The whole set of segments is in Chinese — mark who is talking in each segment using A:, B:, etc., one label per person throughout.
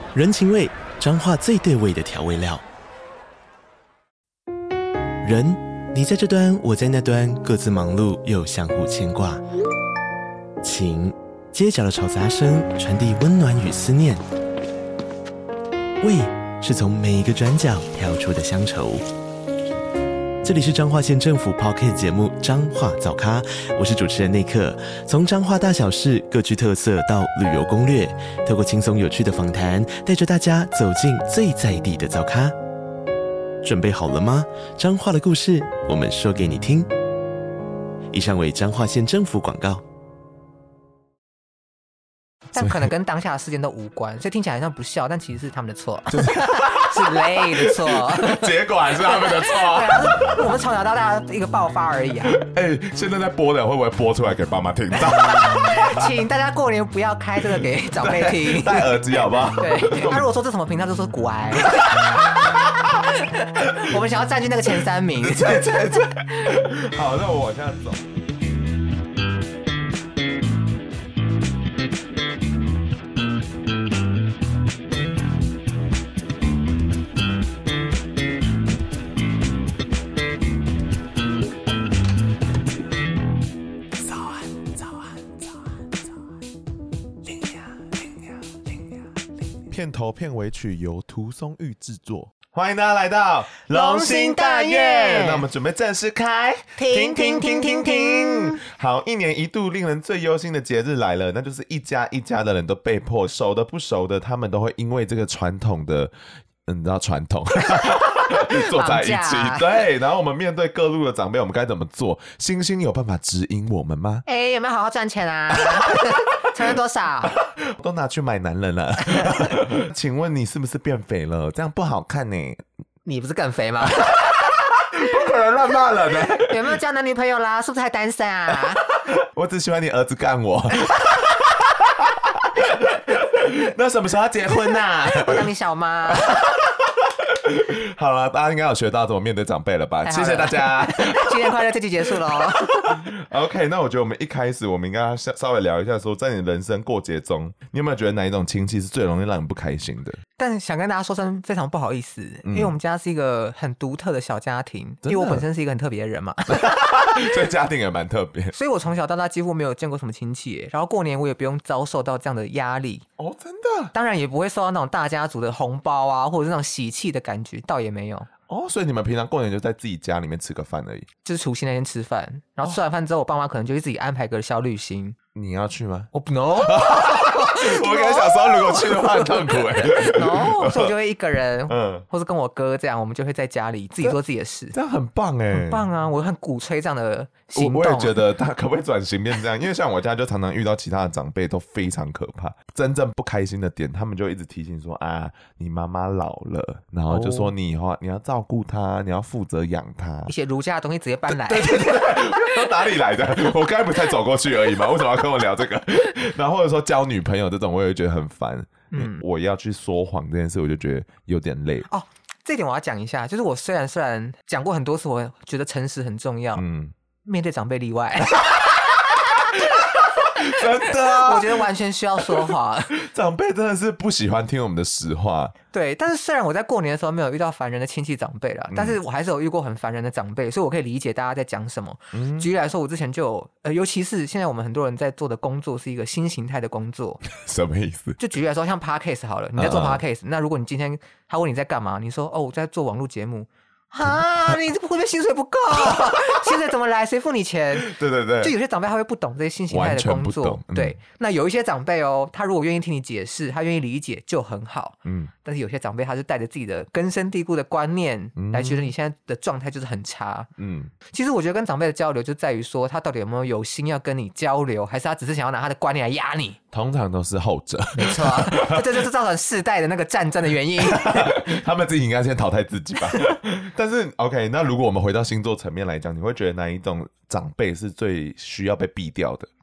A: 人情味，彰化最对味的调味料。人，你在这端，我在那端，各自忙碌又相互牵挂。情，街角的吵杂声传递温暖与思念。味，是从每一个转角跳出的乡愁。这里是彰化县政府 Podcast 节目《彰化早咖》，我是主持人内克。从彰化大小事各具特色到旅游攻略，透过轻松有趣的访谈，带着大家走进最在地的早咖。准备好了吗？彰化的故事，我们说给你听。以上为彰化县政府广告。
B: 但可能跟当下的事件都无关，所以听起来好像不笑，但其实是他们的错，是累的错，
C: 结果还是他们的错。
B: 对啊，我们从小到大一个爆发而已啊。
C: 现在在播的会不会播出来给爸妈听到？
B: 请大家过年不要开这个给长辈听，
C: 戴耳机好不好？
B: 对，他如果说这什么频道，就说股癌。我们想要占据那个前3名。
C: 好，那我往下走。片头片尾曲由涂松玉制作，欢迎大家来到
B: 龙兴大院。
C: 那我们准备正式开，
B: 停停停停停。
C: 好，一年一度令人最忧心的节日来了，那就是一家一家的人都被迫，熟的不熟的，他们都会因为这个传统的，你知道传统。坐在一起，对，然后我们面对各路的长辈，我们该怎么做？星星有办法指引我们吗？
B: 有没有好好赚钱啊？存了多少？
C: 都拿去买男人了。请问你是不是变肥了？这样不好看呢。
B: 你不是更肥吗？
C: 不可能乱骂人呢。
B: 有没有交男女朋友啦？是不是还单身啊？
C: 我只喜欢你儿子干我。那什么时候要结婚啊？
B: 我当你小妈。
C: 好了，大家应该有学到怎么面对长辈了吧？谢谢大家，
B: 新年快乐！这集结束了。
C: OK， 那我觉得我们一开始我们应该稍微聊一下说，在你人生过节中，你有没有觉得哪一种亲戚是最容易让你不开心的？
B: 但想跟大家说声非常不好意思，因为我们家是一个很独特的小家庭，因为我本身是一个很特别的人嘛。
C: 所以家庭也蛮特别，
B: 所以我从小到大几乎没有见过什么亲戚，然后过年我也不用遭受到这样的压力。
C: 哦，真的？
B: 当然也不会受到那种大家族的红包啊，或者是那种喜气的感觉，倒也没有。
C: 哦，所以你们平常过年就在自己家里面吃个饭而已？
B: 就是除夕那天吃饭，然后吃完饭之后，我爸妈可能就会自己安排个小旅行。
C: 你要去吗？
B: 我不能。
C: 我跟小时候如果去的话很痛苦
B: no， 所以我就会一个人，或是跟我哥这样，我们就会在家里自己做自己的事。
C: 这样很棒
B: 很棒啊！我很鼓吹这样的行动。
C: 我也觉得他可不可以转型变这样？因为像我家就常常遇到其他的长辈都非常可怕，真正不开心的点，他们就一直提醒说啊，你妈妈老了，然后就说你以后你要照顾她，你要负责养她，
B: 一些儒家的东西直接搬来。
C: 对，哪里来的？我刚才不才走过去而已嘛，为什么要跟我聊这个？然后或者说交女朋友这种，我也会觉得很烦。我要去说谎这件事，我就觉得有点累。
B: 哦，这一点我要讲一下，就是我虽然讲过很多次，我觉得诚实很重要，面对长辈例外。
C: 真的啊，
B: 我觉得完全需要说谎。
C: 长辈真的是不喜欢听我们的实话。
B: 对，但是虽然我在过年的时候没有遇到烦人的亲戚长辈啦，但是我还是有遇过很烦人的长辈，所以我可以理解大家在讲什么。举例来说，我之前就有尤其是现在我们很多人在做的工作是一个新形态的工作。
C: 什么意思？
B: 就举例来说，像 Podcast 好了，你在做 Podcast，那如果你今天他问你在干嘛，你说哦我在做网络节目。啊！你会不会薪水不够？薪水怎么来？谁付你钱？
C: 对对对，
B: 就有些长辈他会不懂这些新形态的工作，对。那有一些长辈他如果愿意听你解释，他愿意理解就很好。但是有些长辈他是带着自己的根深蒂固的观念来觉得你现在的状态就是很差。其实我觉得跟长辈的交流就在于说他到底有心要跟你交流，还是他只是想要拿他的观念来压你？
C: 通常都是后者。
B: 没错，这就是造成世代的那个战争的原因。
C: 他们自己应该先淘汰自己吧。但是 OK， 那如果我们回到星座层面来讲，你会觉得哪一种长辈是最需要被避掉的？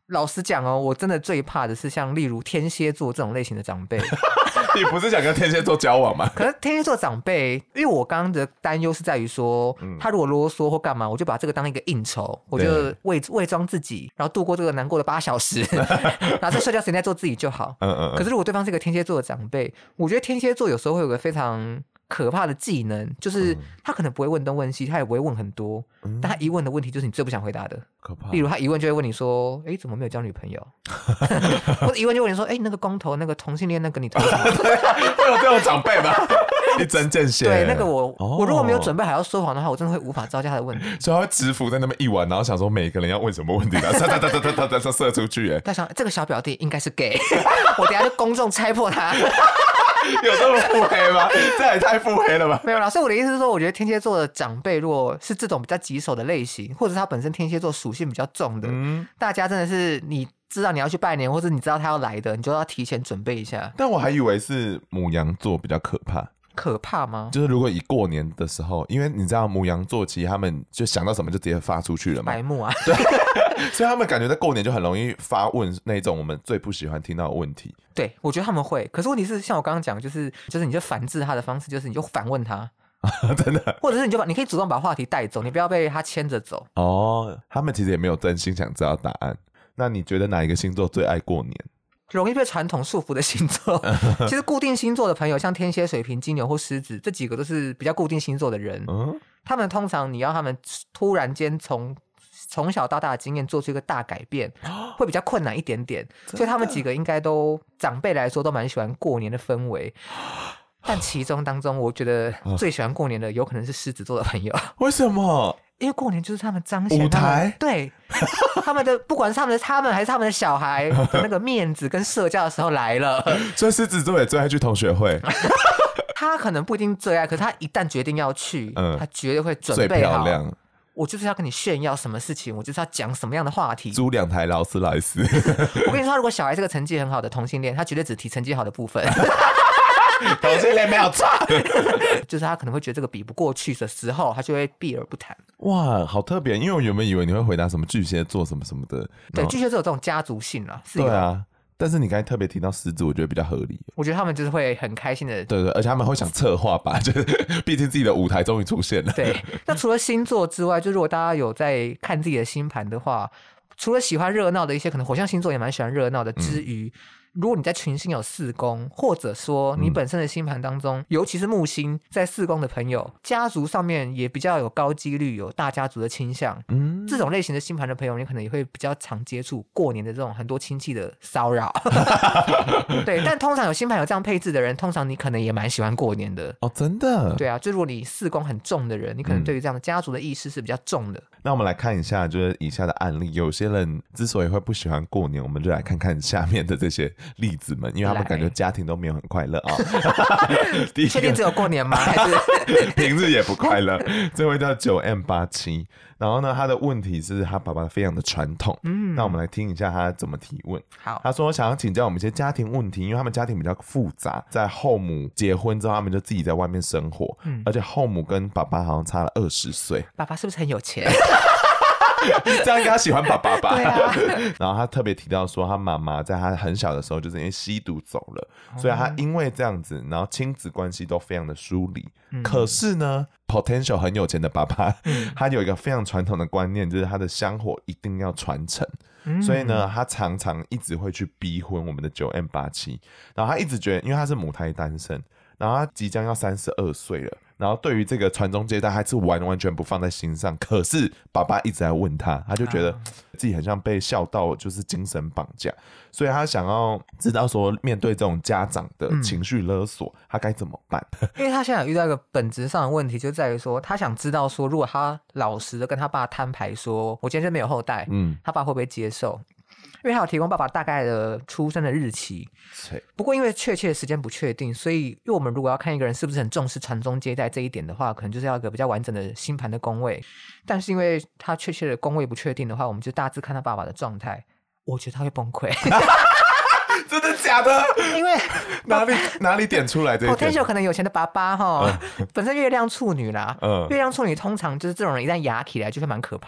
B: 老实讲哦，我真的最怕的是像例如天蝎座这种类型的长辈。
C: 你不是想跟天蝎座交往吗？
B: 可是天蝎座长辈，因为我刚刚的担忧是在于说，他如果啰嗦或干嘛，我就把这个当一个应酬，我就伪装自己，然后度过这个难过的8小时，然后在睡觉时间再做自己就好。可是如果对方是一个天蝎座的长辈，我觉得天蝎座有时候会有个非常可怕的技能，就是他可能不会问东问西，他也不会问很多，但他一问的问题就是你最不想回答的。
C: 可怕。
B: 例如他一问就会问你说，怎么没有交女朋友？或者一问就问你说，那个公投那个同性恋那个你投什么？
C: 会有这种长辈吗？一针见血。
B: 对，那个我如果没有准备还要说谎的话，我真的会无法招架他的问题。
C: 所以他会蛰伏在那边一晚，然后想说每个人要问什么问题，然后射出去。
B: 他想这个小表弟应该是 gay， 我等一下就公众拆破他。
C: 有这么腹黑吗？这也太腹黑了吧？
B: 没有啦，所以我的意思是说，我觉得天蝎座的长辈如果是这种比较棘手的类型，或者他本身天蝎座属性比较重的，大家真的是你知道你要去拜年，或者你知道他要来的，你就要提前准备一下。
C: 但我还以为是牡羊座比较可怕。
B: 可怕吗？
C: 就是如果以过年的时候，因为你知道牡羊座其实他们就想到什么就直接发出去了嘛，
B: 白目啊。
C: 对，所以他们感觉在过年就很容易发问那种我们最不喜欢听到的问题。
B: 对，我觉得他们会，可是问题是像我刚刚讲，就是你就反制他的方式，就是你就反问他。
C: 真的，
B: 或者是你可以主动把话题带走，你不要被他牵着走。
C: 他们其实也没有真心想知道答案。那你觉得哪一个星座最爱过年？
B: 容易被传统束缚的星座，其实固定星座的朋友，像天蝎、水瓶、金牛或狮子，这几个都是比较固定星座的人。他们通常你要他们突然间从小到大的经验做出一个大改变，会比较困难一点点。所以他们几个应该都长辈来说都蛮喜欢过年的氛围。但其中当中，我觉得最喜欢过年的有可能是狮子座的朋友。
C: 为什么？
B: 因为过年就是他们彰显
C: 舞台，
B: 对他们的不管是他们还是他们的小孩的那个面子跟社交的时候来了。
C: 所以狮子座也最爱去同学会。
B: 他可能不一定最爱，可是他一旦决定要去，他绝对会准备好。
C: 最漂亮。
B: 我就是要跟你炫耀什么事情，我就是要讲什么样的话题。
C: 租2台劳斯莱斯。
B: 我跟你说，如果小孩是个成绩很好的同性恋，他绝对只提成绩好的部分。
C: 同性恋没有错。
B: 就是他可能会觉得这个比不过去的时候，他就会避而不谈。
C: 哇，好特别！因为我原本以为你会回答什么巨蟹座什么什么的。
B: 对，巨蟹座有这种家族性啦。
C: 对啊，但是你刚才特别提到狮子，我觉得比较合理。
B: 我觉得他们就是会很开心的。
C: 对，而且他们会想策划吧，就是毕竟自己的舞台终于出现了。
B: 对，那除了星座之外，就如果大家有在看自己的星盘的话，除了喜欢热闹的一些，可能火象星座也蛮喜欢热闹的之余，如果你在群星有4宫，或者说你本身的星盘当中，尤其是木星在4宫的朋友，家族上面也比较有高几率有大家族的倾向。这种类型的星盘的朋友，你可能也会比较常接触过年的这种很多亲戚的骚扰。对，但通常有星盘有这样配置的人，通常你可能也蛮喜欢过年的。
C: 真的？
B: 对啊，就如果你4宫很重的人，你可能对于这样的家族的意识是比较重的。
C: 那我们来看一下，就是以下的案例，有些人之所以会不喜欢过年，我们就来看看下面的这些例子们，因为他们感觉家庭都没有很快乐啊。
B: 确定只有过年吗？还是
C: 平日也不快乐？这位叫9M87，然后呢，他的问题是他爸爸非常的传统。那我们来听一下他怎么提问。
B: 好，
C: 他说想要请教我们一些家庭问题，因为他们家庭比较复杂，在后母结婚之后，他们就自己在外面生活，而且后母跟爸爸好像差了20岁。
B: 爸爸是不是很有钱？
C: 这样应该他喜欢爸爸吧？
B: 对啊。
C: 然后他特别提到说，他妈妈在他很小的时候就是因为吸毒走了，所以他因为这样子，然后亲子关系都非常的疏离。可是呢 ，potential 很有钱的爸爸，他有一个非常传统的观念，就是他的香火一定要传承。所以呢，他常常一直会去逼婚我们的9M87，然后他一直觉得，因为他是母胎单身，然后他即将要32岁了。然后对于这个传宗接代还是完全不放在心上，可是爸爸一直在问他，他就觉得自己很像被孝道就是精神绑架，所以他想要知道说面对这种家长的情绪勒索，他该怎么办？
B: 因为他现在有遇到一个本质上的问题，就在于说他想知道说，如果他老实的跟他爸摊牌说我今天就没有后代，他爸会不会接受？因为他有提供爸爸大概的出生的日期，不过因为确切的时间不确定，所以因为我们如果要看一个人是不是很重视传宗接代这一点的话，可能就是要一个比较完整的星盘的宫位。但是因为他确切的宫位不确定的话，我们就大致看他爸爸的状态，我觉得他会崩溃。
C: 真的假的？
B: 因为
C: 哪里点出来这一点
B: potential 可能有钱的爸爸本身月亮处女啦，月亮处女通常就是这种人一旦压起来就会蛮可怕的。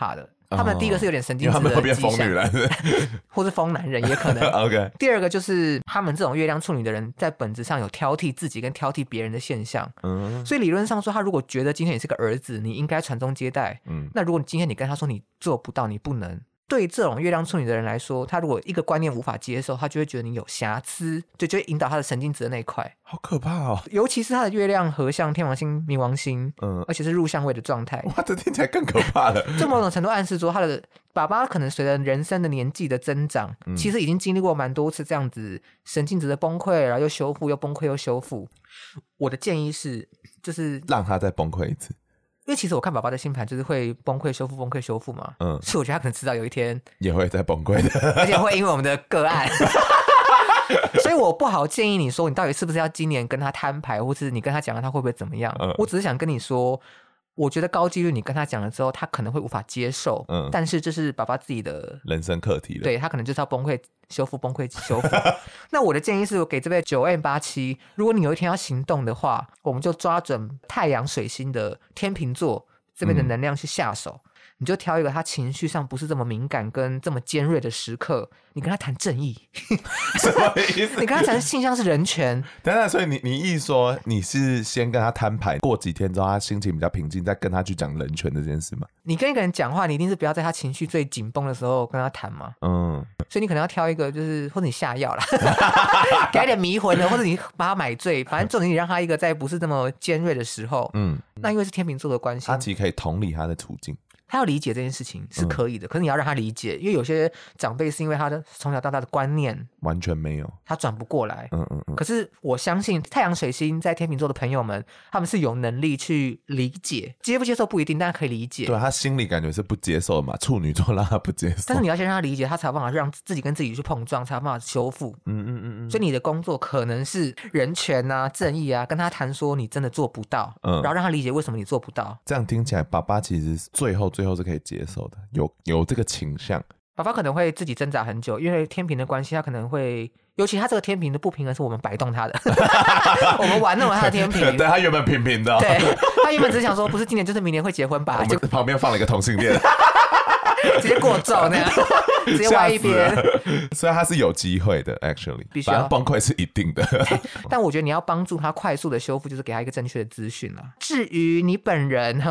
B: 他们第一个是有点神经质的迹象，
C: 他们会变疯女人
B: 或是疯男人也可能
C: OK。
B: 第二个就是他们这种月亮处女的人在本质上有挑剔自己跟挑剔别人的现象，所以理论上说他如果觉得今天你是个儿子，你应该传宗接代，那如果今天你跟他说你做不到，你不能，对这种月亮处女的人来说，他如果一个观念无法接受，他就会觉得你有瑕疵，就会引导他的神经质的那一块。
C: 好可怕哦！
B: 尤其是他的月亮合相天王星、冥王星，而且是入相位的状态。
C: 哇，这听起来更可怕了。
B: 这某种程度暗示说，他的爸爸可能随着人生的年纪的增长，其实已经经历过蛮多次这样子神经质的崩溃，然后又修复，又崩溃，又修复。我的建议是，就是
C: 让他再崩溃一次。
B: 因为其实我看爸爸的星盘就是会崩溃修复崩溃修复嘛，所以我觉得他可能迟早有一天
C: 也会再崩溃的，
B: 而且会因为我们的个案所以我不好建议你说你到底是不是要今年跟他摊牌，或是你跟他讲了他会不会怎么样，我只是想跟你说我觉得高几率你跟他讲了之后他可能会无法接受，但是这是爸爸自己的
C: 人生课题了，
B: 对，他可能就是要崩溃修复崩溃修复那我的建议是我给这位 9M87， 如果你有一天要行动的话，我们就抓准太阳水星的天秤座这边的能量去下手，你就挑一个他情绪上不是这么敏感跟这么尖锐的时刻，你跟他谈正义
C: 什么意思？
B: 你跟他谈性向是人权。
C: 等等，所以你意思说你是先跟他摊牌，过几天之后他心情比较平静，再跟他去讲人权这件事吗？
B: 你跟一个人讲话，你一定是不要在他情绪最紧绷的时候跟他谈嘛。所以你可能要挑一个，就是或者你下药啦给他一点迷魂的，或者你把他买醉，反正重点你让他一个在不是这么尖锐的时候，那因为是天秤座的关系，
C: 他其实可以同理他的处境，
B: 他要理解这件事情是可以的，可是你要让他理解，因为有些长辈是因为他的从小到大的观念
C: 完全没有，
B: 他转不过来。可是我相信太阳水星在天秤座的朋友们，他们是有能力去理解，接不接受不一定，但可以理解。
C: 对，他心里感觉是不接受嘛，处女座让他不接受，
B: 但是你要先让他理解，他才有办法让自己跟自己去碰撞，才有办法修复。所以你的工作可能是人权啊、正义啊，跟他谈说你真的做不到，然后让他理解为什么你做不到。
C: 这样听起来爸爸其实最后是可以接受的，有这个倾向。
B: 爸爸可能会自己挣扎很久，因为天平的关系，他可能会，尤其他这个天平的不平衡是我们摆动他的我们玩弄了他的天平
C: 对，他原本平平的，
B: 对，他原本只想说不是今年就是明年会结婚吧，
C: 我们旁边放了一个同性恋
B: 直接过咒那样直接歪一边，
C: 所以他是有机会的 actually，
B: 必须要
C: 崩溃是一定的
B: 但我觉得你要帮助他快速的修复，就是给他一个正确的资讯啦。至于你本人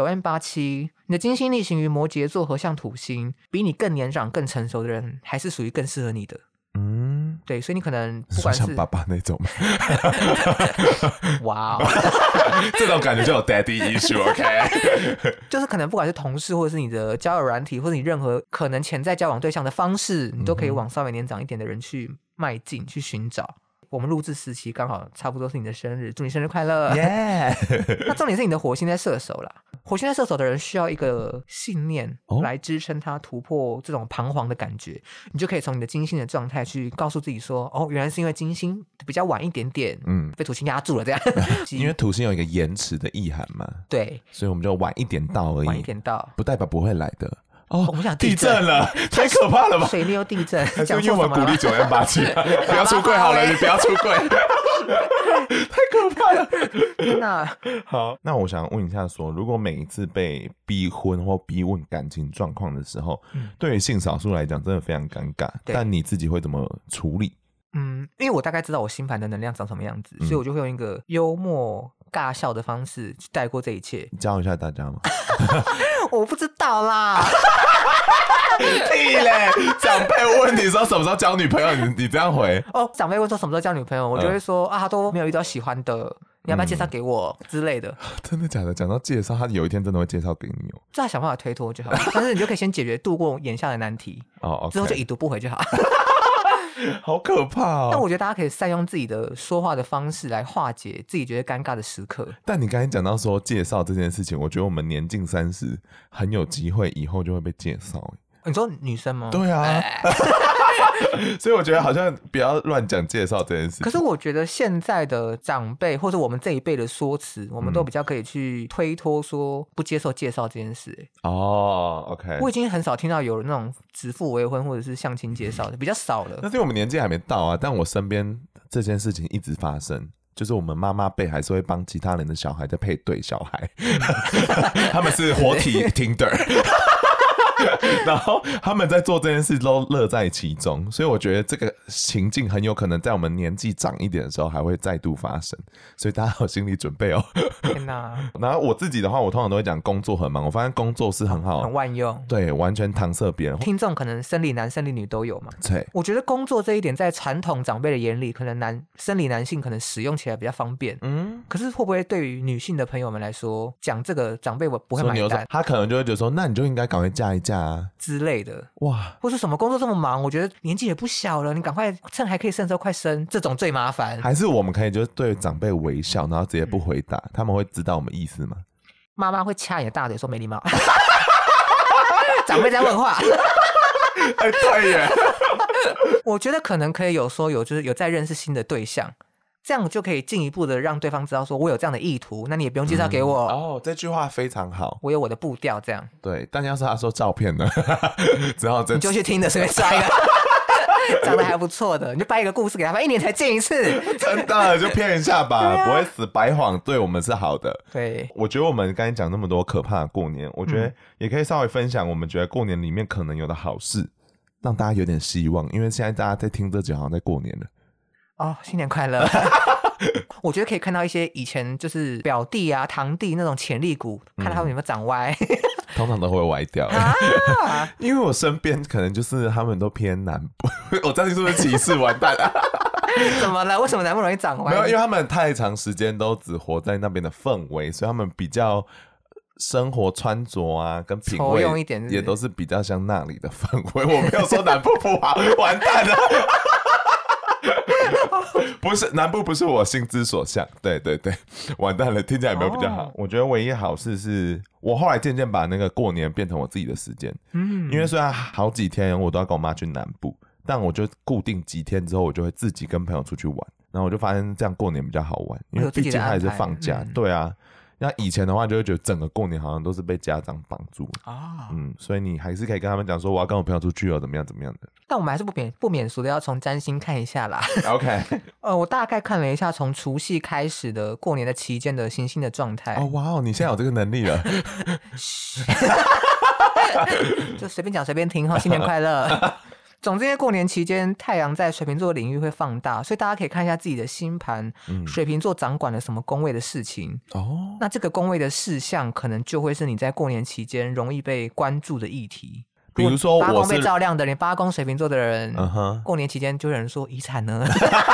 B: 9M87， 你的金星逆行于摩羯座合相土星，比你更年长更成熟的人还是属于更适合你的。对，所以你可能不管是
C: 像爸爸那种
B: 哇
C: 这种感觉就有 daddy issue OK
B: 就是可能不管是同事或者是你的交友软体，或者你任何可能潜在交往对象的方式，你都可以往稍微年长一点的人去迈进，去寻找。我们录制时期刚好差不多是你的生日，祝你生日快乐那重点是你的火星在射手啦，火星在射手的人需要一个信念来支撑他突破这种彷徨的感觉，你就可以从你的金星的状态去告诉自己说，原来是因为金星比较晚一点点，被土星压住了这样
C: 因为土星有一个延迟的意涵嘛，
B: 对，
C: 所以我们就晚一点到而已，
B: 晚一点到
C: 不代表不会来的。
B: 我们想
C: 地震了，太可怕了吧！
B: 水流地震，
C: 讲错什么了？因为我们鼓励9M87，不要出柜好了，你不要出柜，太可怕了。
B: 天哪！
C: 好，那我想问一下说，如果每一次被逼婚或逼问感情状况的时候，对于性少数来讲真的非常尴尬，但你自己会怎么处理？
B: 因为我大概知道我星盘的能量长什么样子，所以我就会用一个幽默尬笑的方式去带过这一切。
C: 教一下大家吗？
B: 我不知道啦
C: 屁嘞！长辈问你说什么时候交女朋友，你这样回
B: 长辈问说什么时候交女朋友，我就会说他都没有遇到喜欢的，你要不要介绍给我之类的。
C: 真的假的？讲到介绍，他有一天真的会介绍给你
B: 最好想办法推脱就好但是你就可以先解决度过眼下的难题之后就已读不回就好
C: 好可怕
B: 但我觉得大家可以善用自己的说话的方式来化解自己觉得尴尬的时刻。
C: 但你刚才讲到说介绍这件事情，我觉得我们年近30很有机会以后就会被介绍。
B: 你说女生吗？
C: 对啊所以我觉得好像不要乱讲介绍这件事情。
B: 可是我觉得现在的长辈或者我们这一辈的说辞，我们都比较可以去推脱说不接受介绍这件事。
C: OK，
B: 我已经很少听到有那种指腹为婚或者是相亲介绍的，比较少了。
C: 那是因为我们年纪还没到啊，但我身边这件事情一直发生。就是我们妈妈辈还是会帮其他人的小孩在配对小孩他们是活体 Tinder 然后他们在做这件事都乐在其中，所以我觉得这个情境很有可能在我们年纪长一点的时候还会再度发生，所以大家有心理准备哦。
B: 天哪！
C: 然后我自己的话，我通常都会讲工作很忙，我发现工作是很好，
B: 很万用，
C: 对，完全搪塞别人。
B: 听众可能生理男、生理女都有嘛。
C: 对，
B: 我觉得工作这一点在传统长辈的眼里，可能生理男性可能使用起来比较方便。可是会不会对于女性的朋友们来说，讲这个长辈我不会买单？
C: 他可能就会觉得说，那你就应该赶快嫁一嫁啊
B: 之类的。
C: 哇，
B: 或是什么工作这么忙，我觉得年纪也不小了，你赶快趁还可以生的时候快生，这种最麻烦。
C: 还是我们可以就是对长辈微笑，然后直接不回答，他们会知道我们意思吗？
B: 妈妈会掐你的大腿说没礼貌。长辈在问话。
C: 哎，对耶。
B: 我觉得可能可以就是有在认识新的对象，这样就可以进一步的让对方知道说我有这样的意图，那你也不用介绍给我。
C: 哦，这句话非常好，
B: 我有我的步调这样。
C: 对，但要是他说照片呢？只好
B: 你就去听的随便抓一个长得还不错的，你就掰一个故事给他，一年才见一次。真
C: 的就骗一下吧，不会死白谎，对我们是好的。
B: 对，
C: 我觉得我们刚才讲那么多可怕的过年，我觉得也可以稍微分享我们觉得过年里面可能有的好事，让大家有点希望，因为现在大家在听这集好像在过年了。
B: 哦，新年快乐。我觉得可以看到一些以前就是表弟啊堂弟那种潜力股，看他们有没有长歪。
C: 通常都会歪掉。因为我身边可能就是他们都偏南部。我这样是不是歧视？完蛋了。
B: 怎么了？为什么南部容易长歪？
C: 没有，因为他们太长时间都只活在那边的氛围，所以他们比较生活穿着啊跟品味
B: 用一点
C: 也都是比较像那里的氛围。我没有说南部不好。完蛋了。不是南部，不是我心之所向。对对对，完蛋了，听起来有没有比较好？我觉得唯一好事是我后来渐渐把那个过年变成我自己的时间。因为虽然好几天我都要跟我妈去南部，但我就固定几天之后，我就会自己跟朋友出去玩，然后我就发现这样过年比较好玩，因为毕竟它也是放假。对啊。那以前的话就会觉得整个过年好像都是被家长绑住啊，所以你还是可以跟他们讲说我要跟我朋友出去哦，怎么样怎么样的。
B: 但我们还是不免俗的要从占星看一下啦。
C: OK，
B: 我大概看了一下从除夕开始的过年的期间的行星的状态。
C: 哦，哇哦，你现在有这个能力了。
B: 就随便讲随便听哈，新年快乐。总之，因为过年期间太阳在水瓶座领域会放大，所以大家可以看一下自己的星盘，水瓶座掌管了什么宫位的事情。哦，那这个宫位的事项可能就会是你在过年期间容易被关注的议题。
C: 比如说
B: 八宫被照亮的人，8宫水瓶座的人，过年期间就有人说遗产呢。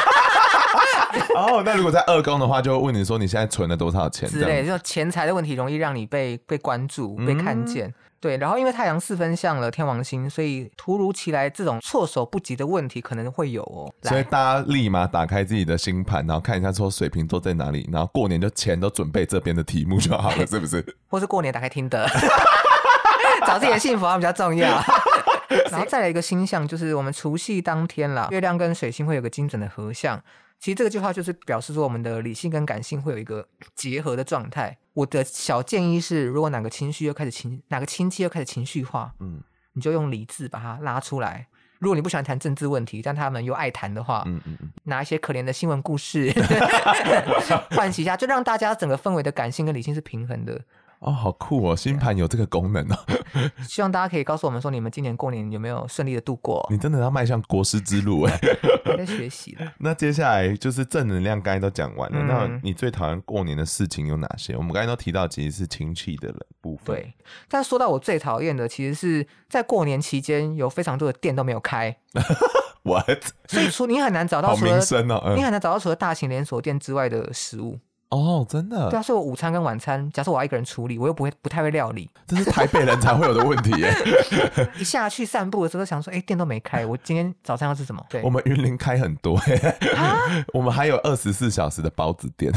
C: 哦，那如果在2宫的话，就会问你说你现在存了多少钱
B: 之类的，就钱财的问题容易让你被关注、被看见。对，然后因为太阳4分相了天王星，所以突如其来这种措手不及的问题可能会有哦。
C: 所以大家立马打开自己的星盘，然后看一下说水瓶座在哪里，然后过年就钱都准备这边的题目就好了，是不是？
B: 或是过年打开听的，找自己的幸福比较重要。然后再来一个星象，就是我们除夕当天啦，月亮跟水星会有个精准的合相。其实这个句话就是表示说我们的理性跟感性会有一个结合的状态。我的小建议是，如果哪个亲戚又开始情绪化，你就用理智把它拉出来。如果你不喜欢谈政治问题，但他们又爱谈的话，拿一些可怜的新闻故事唤起一下，就让大家整个氛围的感性跟理性是平衡的。
C: 哦，好酷哦！星盘有这个功能哦。
B: 希望大家可以告诉我们说，你们今年过年有没有顺利的度过？
C: 你真的要迈向国师之路哎！
B: 我在学习了。
C: 那接下来就是正能量，刚才都讲完了。那你最讨厌过年的事情有哪些？我们刚才都提到，其实是亲戚的部分。
B: 对，但说到我最讨厌的，其实是在过年期间有非常多的店都没有开。
C: What？
B: 所以你很难找到
C: 好民生哦，
B: 你很难找到除了大型连锁店之外的食物。
C: 哦，真的？
B: 对啊，所以我午餐跟晚餐，假设我要一个人处理，我又不太会料理，
C: 这是台北人才会有的问题耶。
B: 一下去散步的时候想说，店都没开，我今天早餐要吃什么？对，
C: 我们云林开很多耶，我们还有24小时的包子店。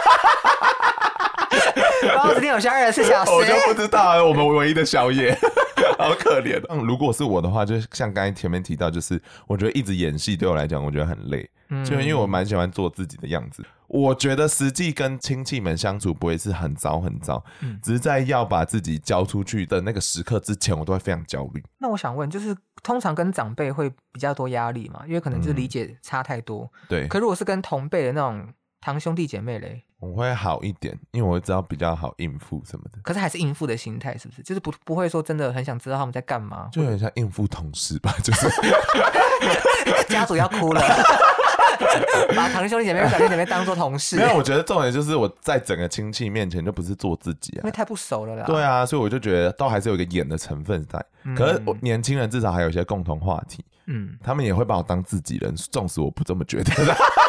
B: 包子店有宵24小时？
C: 我就不知道，我们唯一的宵夜。好可怜。如果是我的话，就像刚才前面提到，就是我觉得一直演戏对我来讲，我觉得很累。就因为我蛮喜欢做自己的样子。我觉得实际跟亲戚们相处不会是很糟，只是在要把自己交出去的那个时刻之前，我都会非常焦虑。
B: 那我想问，就是通常跟长辈会比较多压力嘛？因为可能就是理解差太多。
C: 对。
B: 可如果是跟同辈的那种堂兄弟姐妹嘞，
C: 我会好一点，因为我会知道比较好应付什么的。
B: 可是还是应付的心态，是不是？就是不会说真的很想知道他们在干嘛，
C: 就很像应付同事吧，就是
B: 家族要哭了。把堂兄弟姐妹、表弟姐妹当做同事。
C: 没有，我觉得重点就是我在整个亲戚面前就不是做自己啊，
B: 因为太不熟了啦。
C: 对啊，所以我就觉得都还是有一个演的成分在。可是我年轻人至少还有一些共同话题，他们也会把我当自己人，纵使我不这么觉得。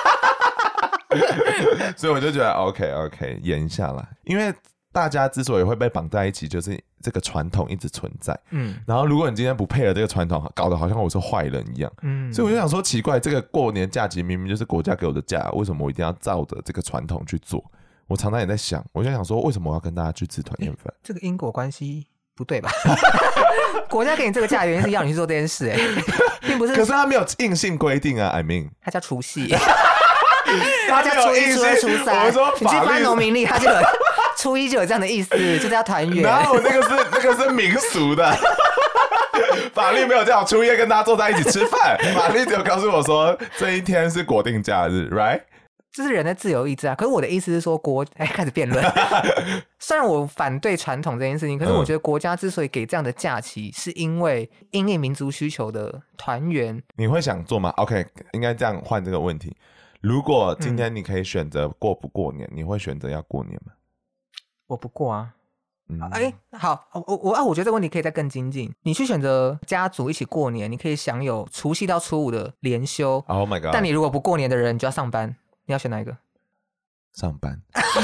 C: 所以我就觉得 OK 演一下啦，因为大家之所以会被绑在一起，就是这个传统一直存在。然后如果你今天不配合这个传统，搞得好像我是坏人一样。所以我就想说，奇怪，这个过年假期明明就是国家给我的假，为什么我一定要照着这个传统去做？我常常也在想，我就想说，为什么我要跟大家去吃团圆饭？
B: 这个因果关系不对吧？国家给你这个假，原因是要你去做这件事，并不是。
C: 可是他没有硬性规定啊 ，I mean，
B: 他叫除夕。
C: 他
B: 叫初一、初二、初三，你去翻农民历，他就有初一就有这样的意思，就是要团圆。
C: 然后那个是民俗的，法律没有叫我初一跟大家坐在一起吃饭，法律只有告诉我说这一天是国定假日 ，right？
B: 这是人的自由意志啊。可是我的意思是说开始辩论。虽然我反对传统这件事情，可是我觉得国家之所以给这样的假期，是因为因应民族需求的团圆。
C: 你会想做吗 ？OK， 应该这样换这个问题。如果今天你可以选择过不过年，你会选择要过年吗？
B: 我不过啊。好，我觉得这个问题可以再更精进。你去选择家族一起过年，你可以享有除夕到初五的连休。
C: Oh my god！
B: 但你如果不过年的人，你就要上班。你要选哪一个？
C: 上班。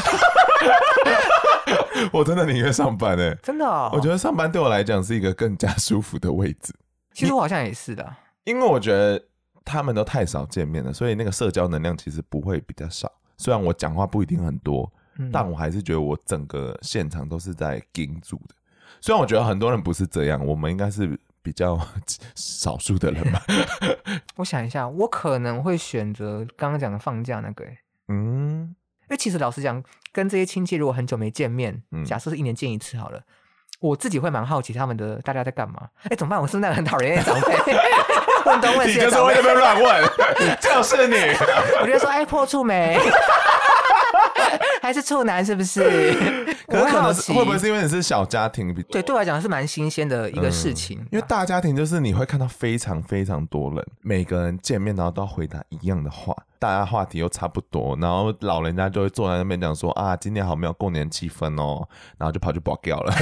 C: 我真的宁愿上班欸。
B: 真的哦。
C: 我觉得上班对我来讲是一个更加舒服的位置。
B: 其实我好像也是的。
C: 因为我觉得他们都太少见面了，所以那个社交能量其实不会比较少。虽然我讲话不一定很多，但我还是觉得我整个现场都是在盯住的。虽然我觉得很多人不是这样，我们应该是比较少数的人吧。
B: 我想一下，我可能会选择刚刚讲的放假那个。因为其实老实讲，跟这些亲戚如果很久没见面，假设是1年见一次好了，我自己会蛮好奇他们的大家在干嘛。怎么办？我是不是那个很讨人厌的长辈？问东问西的长辈，
C: 你就是会在那边乱问，就是你。
B: 我就说，破处没？还是处男是不是？
C: 可是可能会不会是因为你是小家庭？
B: 对我来讲是蛮新鲜的一个事情。
C: 因为大家庭就是你会看到非常非常多人，每个人见面然后都要回答一样的话，大家话题又差不多，然后老人家就会坐在那边讲说啊，今年好没有过年气氛哦，然后就跑去保掉了。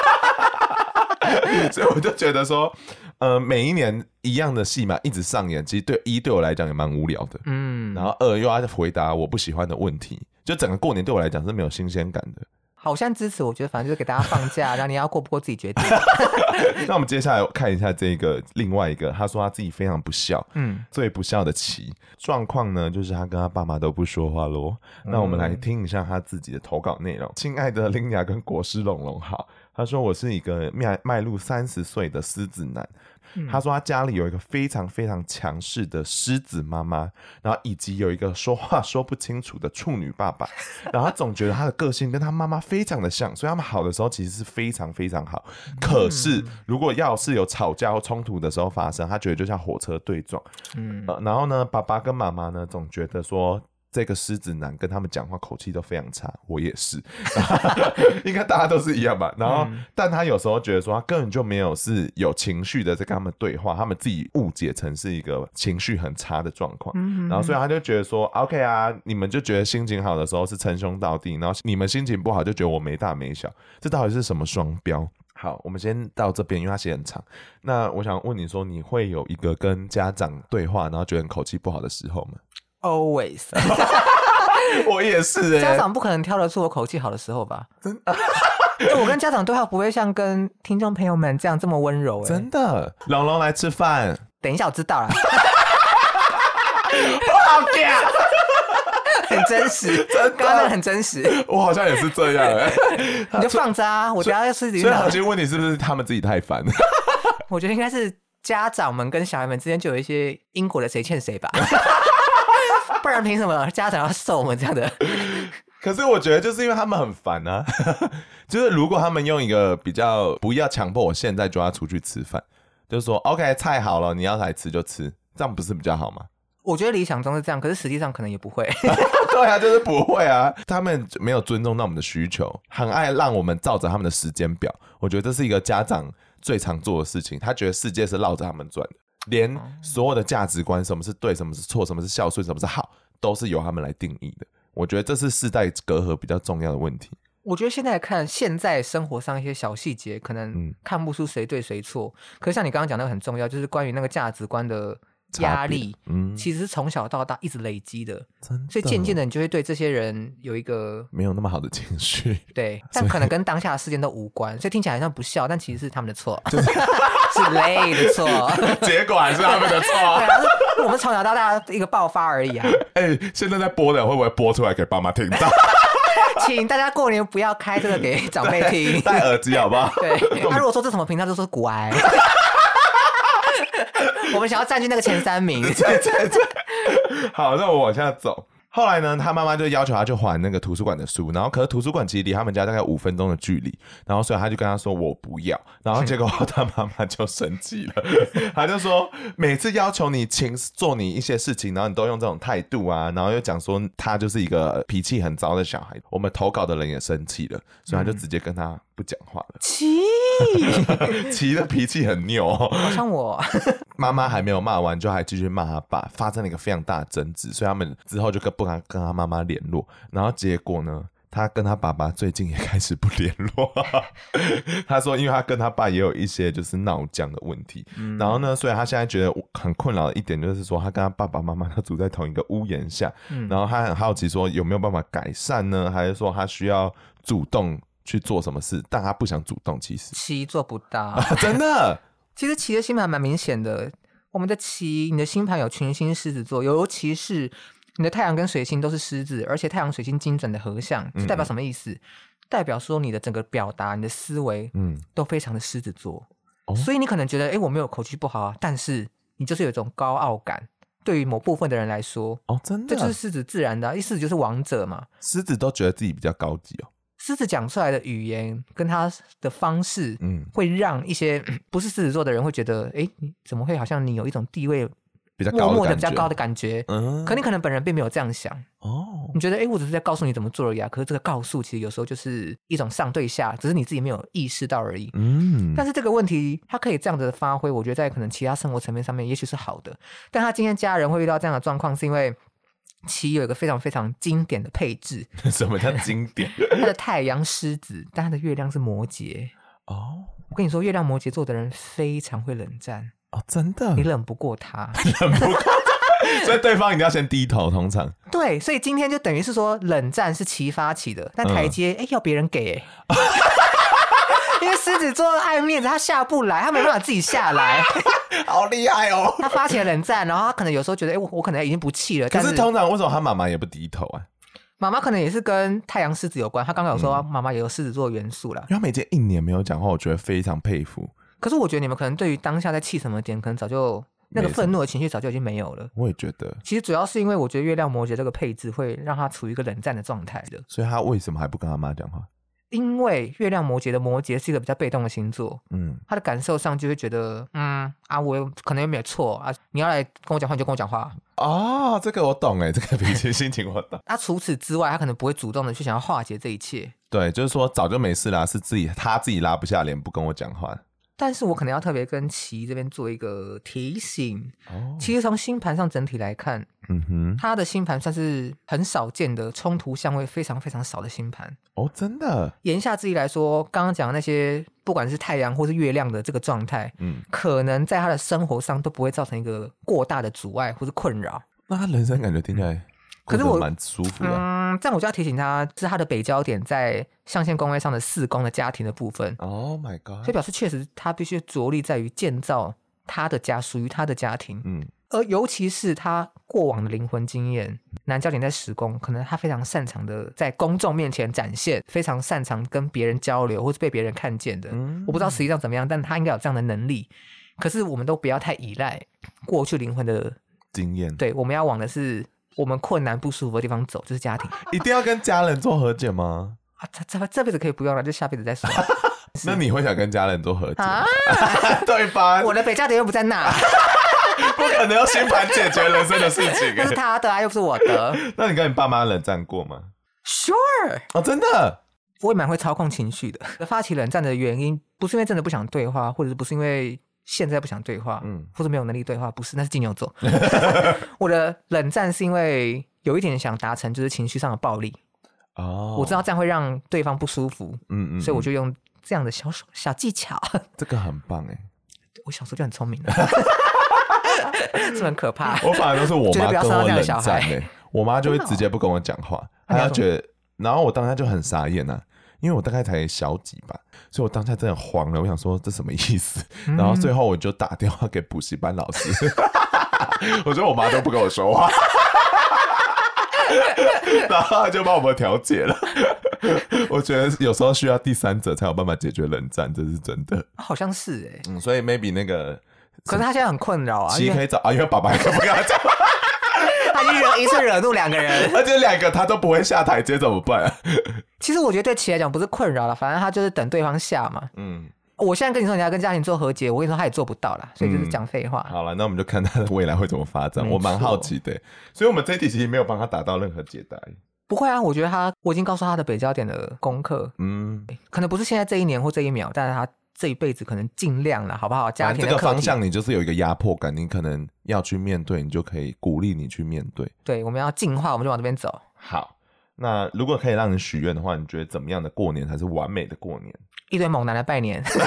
C: 所以我就觉得说，每一年一样的戏嘛，一直上演，其实对我来讲也蛮无聊的。然后2又要回答我不喜欢的问题，就整个过年对我来讲是没有新鲜感的。
B: 好像支持，我觉得反正就是给大家放假，然后你要过不过自己决定。
C: 那我们接下来看一下这个另外一个，他说他自己非常不孝，最不孝的期状况呢，就是他跟他爸妈都不说话咯。那我们来听一下他自己的投稿内容。亲爱的林雅跟国师龙龙好，他说我是一个迈入30岁的狮子男。他说他家里有一个非常非常强势的狮子妈妈，然后以及有一个说话说不清楚的处女爸爸，然后他总觉得他的个性跟他妈妈非常的像，所以他们好的时候其实是非常非常好。可是如果要是有吵架或冲突的时候发生，他觉得就像火车对撞。然后呢，爸爸跟妈妈呢总觉得说这个狮子男跟他们讲话口气都非常差，我也是。应该大家都是一样吧。然后但他有时候觉得说他根本就没有是有情绪的在跟他们对话，他们自己误解成是一个情绪很差的状况。然后所以他就觉得说 OK 啊，你们就觉得心情好的时候是称兄道弟，然后你们心情不好就觉得我没大没小，这到底是什么双标？好，我们先到这边，因为他写很长。那我想问你说，你会有一个跟家长对话然后觉得口气不好的时候吗
B: ？Always。
C: 我也是
B: 家长不可能挑得出我口气好的时候吧？真的。我跟家长对话不会像跟听众朋友们这样这么温柔。
C: 真的。龙龙来吃饭。
B: 等一下我知道了。
C: 不好讲。
B: 很真实，刚刚那个很真实。
C: 我好像也是这样。
B: 你就放着啊，我等一下要吃自己。
C: 所以核心问题是不是他们自己太烦？
B: 我觉得应该是家长们跟小孩们之间就有一些因果的谁欠谁吧。不然凭什么家长要受我们这样的？
C: 可是我觉得就是因为他们很烦啊。就是如果他们用一个比较不要强迫我现在就要出去吃饭，就是说 OK 菜好了你要来吃就吃，这样不是比较好吗？
B: 我觉得理想中是这样，可是实际上可能也不会。
C: 对啊，就是不会啊，他们没有尊重到我们的需求，很爱让我们照着他们的时间表。我觉得这是一个家长最常做的事情，他觉得世界是绕着他们转的，连所有的价值观，什么是对，什么是错，什么是孝顺，什么是好，都是由他们来定义的。我觉得这是世代隔阂比较重要的问题。
B: 我觉得现在看现在生活上一些小细节，可能看不出谁对谁错。可是像你刚刚讲那个很重要，就是关于那个价值观的压力，其实是从小到大一直累积的，所以渐渐的你就会对这些人有一个
C: 没有那么好的情绪。
B: 对，但可能跟当下的事件都无关，所以听起来好像不孝，但其实是他们的错，是累的错，
C: 结果还是他们的错。
B: 对啊，是我们从小到大一个爆发而已啊。
C: 现在在播的会不会播出来给爸妈听到？
B: 请大家过年不要开这个给长辈听，
C: 戴耳机好不好？
B: 对，他如果说这什么频道，就说股癌。我们想要占据那个前3名。
C: 好，那我往下走。后来呢，他妈妈就要求他去还那个图书馆的书，然后可是图书馆其实离他们家大概5分钟的距离，然后所以他就跟他说我不要，然后结果他妈妈就生气了，他就说每次要求你做你一些事情，然后你都用这种态度啊，然后又讲说他就是一个脾气很糟的小孩，我们投稿的人也生气了，所以他就直接跟他不讲话了。齐的脾气很拗，
B: 好像我
C: 妈妈还没有骂完，就还继续骂他爸，发生了一个非常大的争执，所以他们之后就不敢跟他妈妈联络。然后结果呢，他跟他爸爸最近也开始不联络。他说，因为他跟他爸也有一些就是闹僵的问题，然后呢，所以他现在觉得很困扰的一点就是说，他跟他爸爸妈妈他住在同一个屋檐下，然后他很好奇说有没有办法改善呢，还是说他需要主动去做什么事，但他不想主动。其实
B: 齐做不到，
C: 真的。
B: 其实齐的星盘蛮明显的，我们的齐，你的星盘有群星狮子座，尤其是你的太阳跟水星都是狮子，而且太阳水星精准的合相，这代表什么意思？代表说你的整个表达，你的思维都非常的狮子座，所以你可能觉得我没有口气不好啊，但是你就是有一种高傲感，对于某部分的人来说
C: 真的，
B: 这就是狮子自然的，狮子就是王者嘛，
C: 狮子都觉得自己比较高级哦。
B: 狮子讲出来的语言跟他的方式，会让一些不是狮子座的人会觉得，你怎么会好像你有一种地位
C: 比较
B: 默默的比较高的感觉？可你可能本人并没有这样想你觉得我只是在告诉你怎么做而已啊，可是这个告诉其实有时候就是一种上对下，只是你自己没有意识到而已。但是这个问题它可以这样子的发挥，我觉得在可能其他生活层面上面也许是好的，但他今天家人会遇到这样的状况，是因为其有一个非常非常经典的配置。
C: 什么叫经典？
B: 他的太阳狮子，但他的月亮是摩羯。我跟你说，月亮摩羯座的人非常会冷战
C: 真的，
B: 你冷不过他，
C: 冷不过他，所以对方一定要先低头，通常。
B: 对，所以今天就等于是说冷战是齐发起的，但台阶要别人给因为狮子座爱面子，他下不来，他没办法自己下来。
C: 好厉害哦！
B: 他发起了冷战，然后他可能有时候觉得，我可能已经不气了。
C: 可是通常为什么他妈妈也不低头啊？
B: 妈妈可能也是跟太阳狮子有关，他刚刚有说妈妈也有狮子座元素啦。
C: 因为他们已经1年没有讲话，我觉得非常佩服。
B: 可是我觉得你们可能对于当下在气什么点，可能早就那个愤怒的情绪早就已经没有了。
C: 我也觉得，
B: 其实主要是因为我觉得月亮摩羯这个配置会让他处于一个冷战的状态的。
C: 所以他为什么还不跟他妈讲话？
B: 因为月亮摩羯的摩羯是一个比较被动的星座，他的感受上就会觉得，我可能又没有错啊，你要来跟我讲话你就跟我讲话
C: 这个我懂这个脾气心情我懂。
B: 除此之外，他可能不会主动的去想要化解这一切。
C: 对，就是说早就没事啦，是他自己拉不下脸不跟我讲话。
B: 但是我可能要特别跟齐这边做一个提醒。其实从星盘上整体来看，他的星盘算是很少见的冲突相位非常非常少的星盘。
C: 真的。
B: 言下之意来说，刚刚讲的那些不管是太阳或是月亮的这个状态，可能在他的生活上都不会造成一个过大的阻碍或是困扰。
C: 那他人生感觉听起来可是蛮舒服的。
B: 这样我就要提醒他，是他的北焦点在象限宫位上的4宫的家庭的部分。
C: Oh my god！
B: 所以表示确实他必须着力在于建造他的家，属于他的家庭。而尤其是他过往的灵魂经验，南焦点在10宫，可能他非常擅长的在公众面前展现，非常擅长跟别人交流或是被别人看见的。我不知道实际上怎么样，但他应该有这样的能力。可是我们都不要太依赖过去灵魂的
C: 经验。
B: 对，我们要往的是我们困难不舒服的地方走，就是家庭。
C: 一定要跟家人做和解吗？
B: 这辈子可以不用了，就下辈子再说。
C: 那你会想跟家人做和解对吧？
B: 我的北焦点又不在那。
C: 不可能用星盘解决人生的事情。
B: 那是他的啊，又不是我的。
C: 那你跟你爸妈冷战过吗？
B: Sure。
C: 哦，真的。
B: 我也蛮会操控情绪的。发起冷战的原因不是因为真的不想对话，或者不是因为现在不想对话，或者没有能力对话，不是，那是金牛座。我的冷战是因为有一点想达成就是情绪上的暴力。哦，我知道这样会让对方不舒服，所以我就用这样的小技巧。
C: 这个很棒哎，
B: 我小时候就很聪明了。是很可怕。
C: 我反而都是我妈跟我冷战哎，我妈就会直接不跟我讲话，她要觉得，然后我当下就很傻眼啊。因为我大概才小几吧，所以我当下真的慌了。我想说这什么意思？然后最后我就打电话给补习班老师，我觉得我妈都不跟我说话，然后他就帮我们调解了。我觉得有时候需要第三者才有办法解决冷战，这是真的。
B: 好像是哎，
C: 所以 maybe 那个，
B: 可是他现在很困扰啊，
C: 其实可以找啊，因为爸爸也不跟他讲话。
B: 他一次惹怒2个人，
C: 而且2个他都不会下台阶，怎么办啊？
B: 其实我觉得对其来讲不是困扰了，反正他就是等对方下嘛。我现在跟你说你要跟家庭做和解，我跟你说他也做不到啦，所以就是讲废话。
C: 好了，那我们就看他的未来会怎么发展，我蛮好奇的。所以我们这一题其实没有帮他打到任何解答。
B: 不会啊，我觉得我已经告诉他的北交点的功课，可能不是现在这一年或这一秒，但是他这一辈子可能尽量了，好不好？家庭的
C: 这个方向你就是有一个压迫感，你可能要去面对，你就可以鼓励你去面对。
B: 对，我们要进化，我们就往这边走。
C: 好，那如果可以让你许愿的话，你觉得怎么样的过年才是完美的过年？
B: 一堆猛男来拜年，最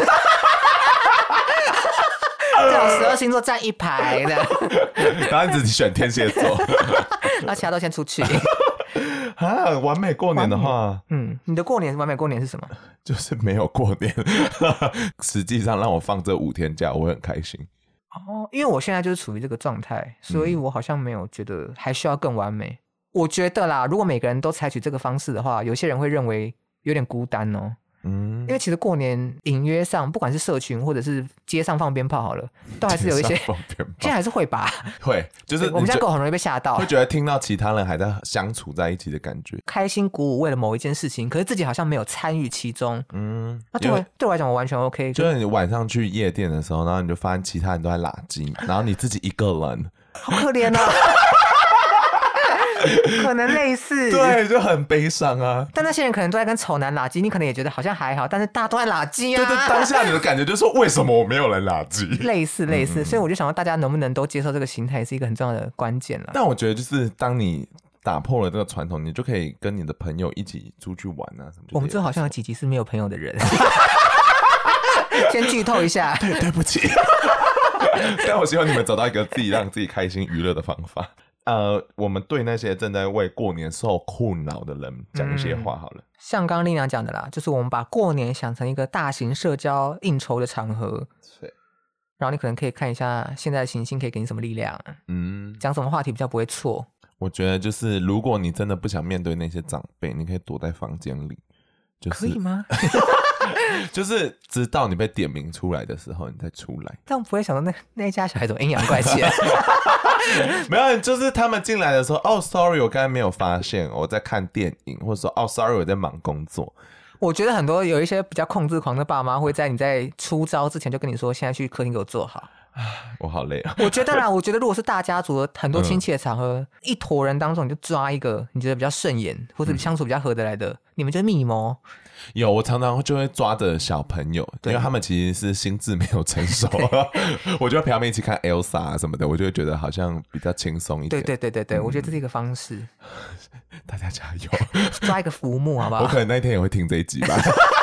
B: 好12星座站一排的，
C: 然后你自己选天蝎座，
B: 然后其他都先出去。
C: 啊，完美过年的话，
B: 你的过年完美过年是什么？
C: 就是没有过年，实际上让我放这5天假，我会很开心。
B: 哦，因为我现在就是处于这个状态，所以我好像没有觉得还需要更完美。我觉得啦，如果每个人都采取这个方式的话，有些人会认为有点孤单哦。因为其实过年隐约上，不管是社群或者是街上放鞭炮好了，都还是有一些，现在还是会吧？
C: 会，就是
B: 我们家狗很容易被吓到，
C: 会觉得听到其他人还在相处在一起的感觉，
B: 开心鼓舞为了某一件事情，可是自己好像没有参与其中。那对我来讲，我完全 OK。
C: 就是你晚上去夜店的时候，然后你就发现其他人都在拉筋，然后你自己一个人，
B: 好可怜啊！可能类似，
C: 对，就很悲伤啊。
B: 但那些人可能都在跟丑男拉鸡，你可能也觉得好像还好，但是大家都在拉鸡啊。
C: 对，当下你的感觉就是说，为什么我没有人拉鸡？
B: 类似，所以我就想到大家能不能都接受这个形态，是一个很重要的关键了。
C: 但我觉得就是当你打破了这个传统，你就可以跟你的朋友一起出去玩啊什么。
B: 我们最好像有几集是没有朋友的人，先剧透一下。
C: 对不起。但我希望你们找到一个自己让自己开心娱乐的方法。我们对那些正在为过年受困扰的人讲一些话好了。
B: 像刚刚丽娘讲的啦，就是我们把过年想成一个大型社交应酬的场合，
C: 对。
B: 然后你可能可以看一下现在的行星可以给你什么力量，讲什么话题比较不会错。
C: 我觉得就是如果你真的不想面对那些长辈，你可以躲在房间里，
B: 可以吗？
C: 就是直到你被点名出来的时候，你再出来。
B: 但我不会想到那一家小孩怎么阴阳怪气。
C: 没有，就是他们进来的时候，哦 ，sorry， 我刚才没有发现，我在看电影，或者说，哦 ，sorry， 我在忙工作。
B: 我觉得很多有一些比较控制狂的爸妈会在你在出招之前就跟你说，现在去客厅给我坐好。
C: 我好累啊！
B: 我觉得如果是大家族的很多亲戚的场合，一坨人当中你就抓一个你觉得比较顺眼或者相处比较合得来的，你们就密谋。
C: 有，我常常就会抓着小朋友，因为他们其实是心智没有成熟，我就会陪他们一起看 Elsa 啊什么的，我就会觉得好像比较轻松一点。
B: 对，我觉得这是一个方式。
C: 大家加油，
B: 抓一个浮木好不好？
C: 我可能那一天也会听这一集吧。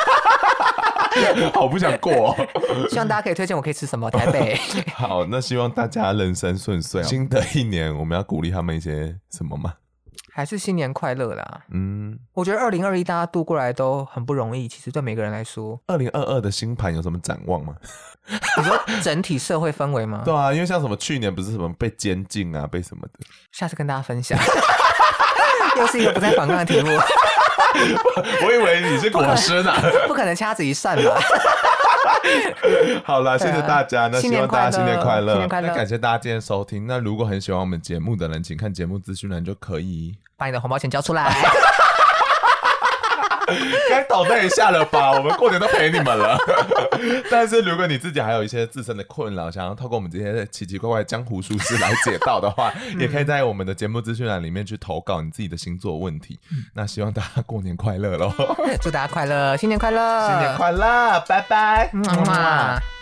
C: 好不想过
B: 希望大家可以推荐我可以吃什么台北。
C: 好，那希望大家人生顺遂。新的一年我们要鼓励他们一些什么吗？
B: 还是新年快乐啦。我觉得2021大家度过来都很不容易，其实对每个人来说。
C: 2022的星盘有什么展望吗？
B: 你说整体社会氛围吗？
C: 对啊，因为像什么去年不是什么被监禁啊，被什么的，
B: 下次跟大家分享。又是一个不在访纲的题目。
C: 我以为你是国师呢。
B: 不可能掐指一算吧。
C: 好啦，谢谢大家，那希望大家新年快乐，
B: 新年快乐。
C: 感谢大家今天收听。那如果很喜欢我们节目的人，请看节目资讯栏就可以
B: 把你的红包钱交出来。
C: 该抖那一下了吧？我们过年都陪你们了。但是如果你自己还有一些自身的困扰，想要透过我们这些奇奇怪怪的江湖术士来解到的话，也可以在我们的节目资讯栏里面去投稿你自己的星座问题。那希望大家过年快乐咯。
B: 祝大家快乐，新年快乐，
C: 新年快乐，拜拜。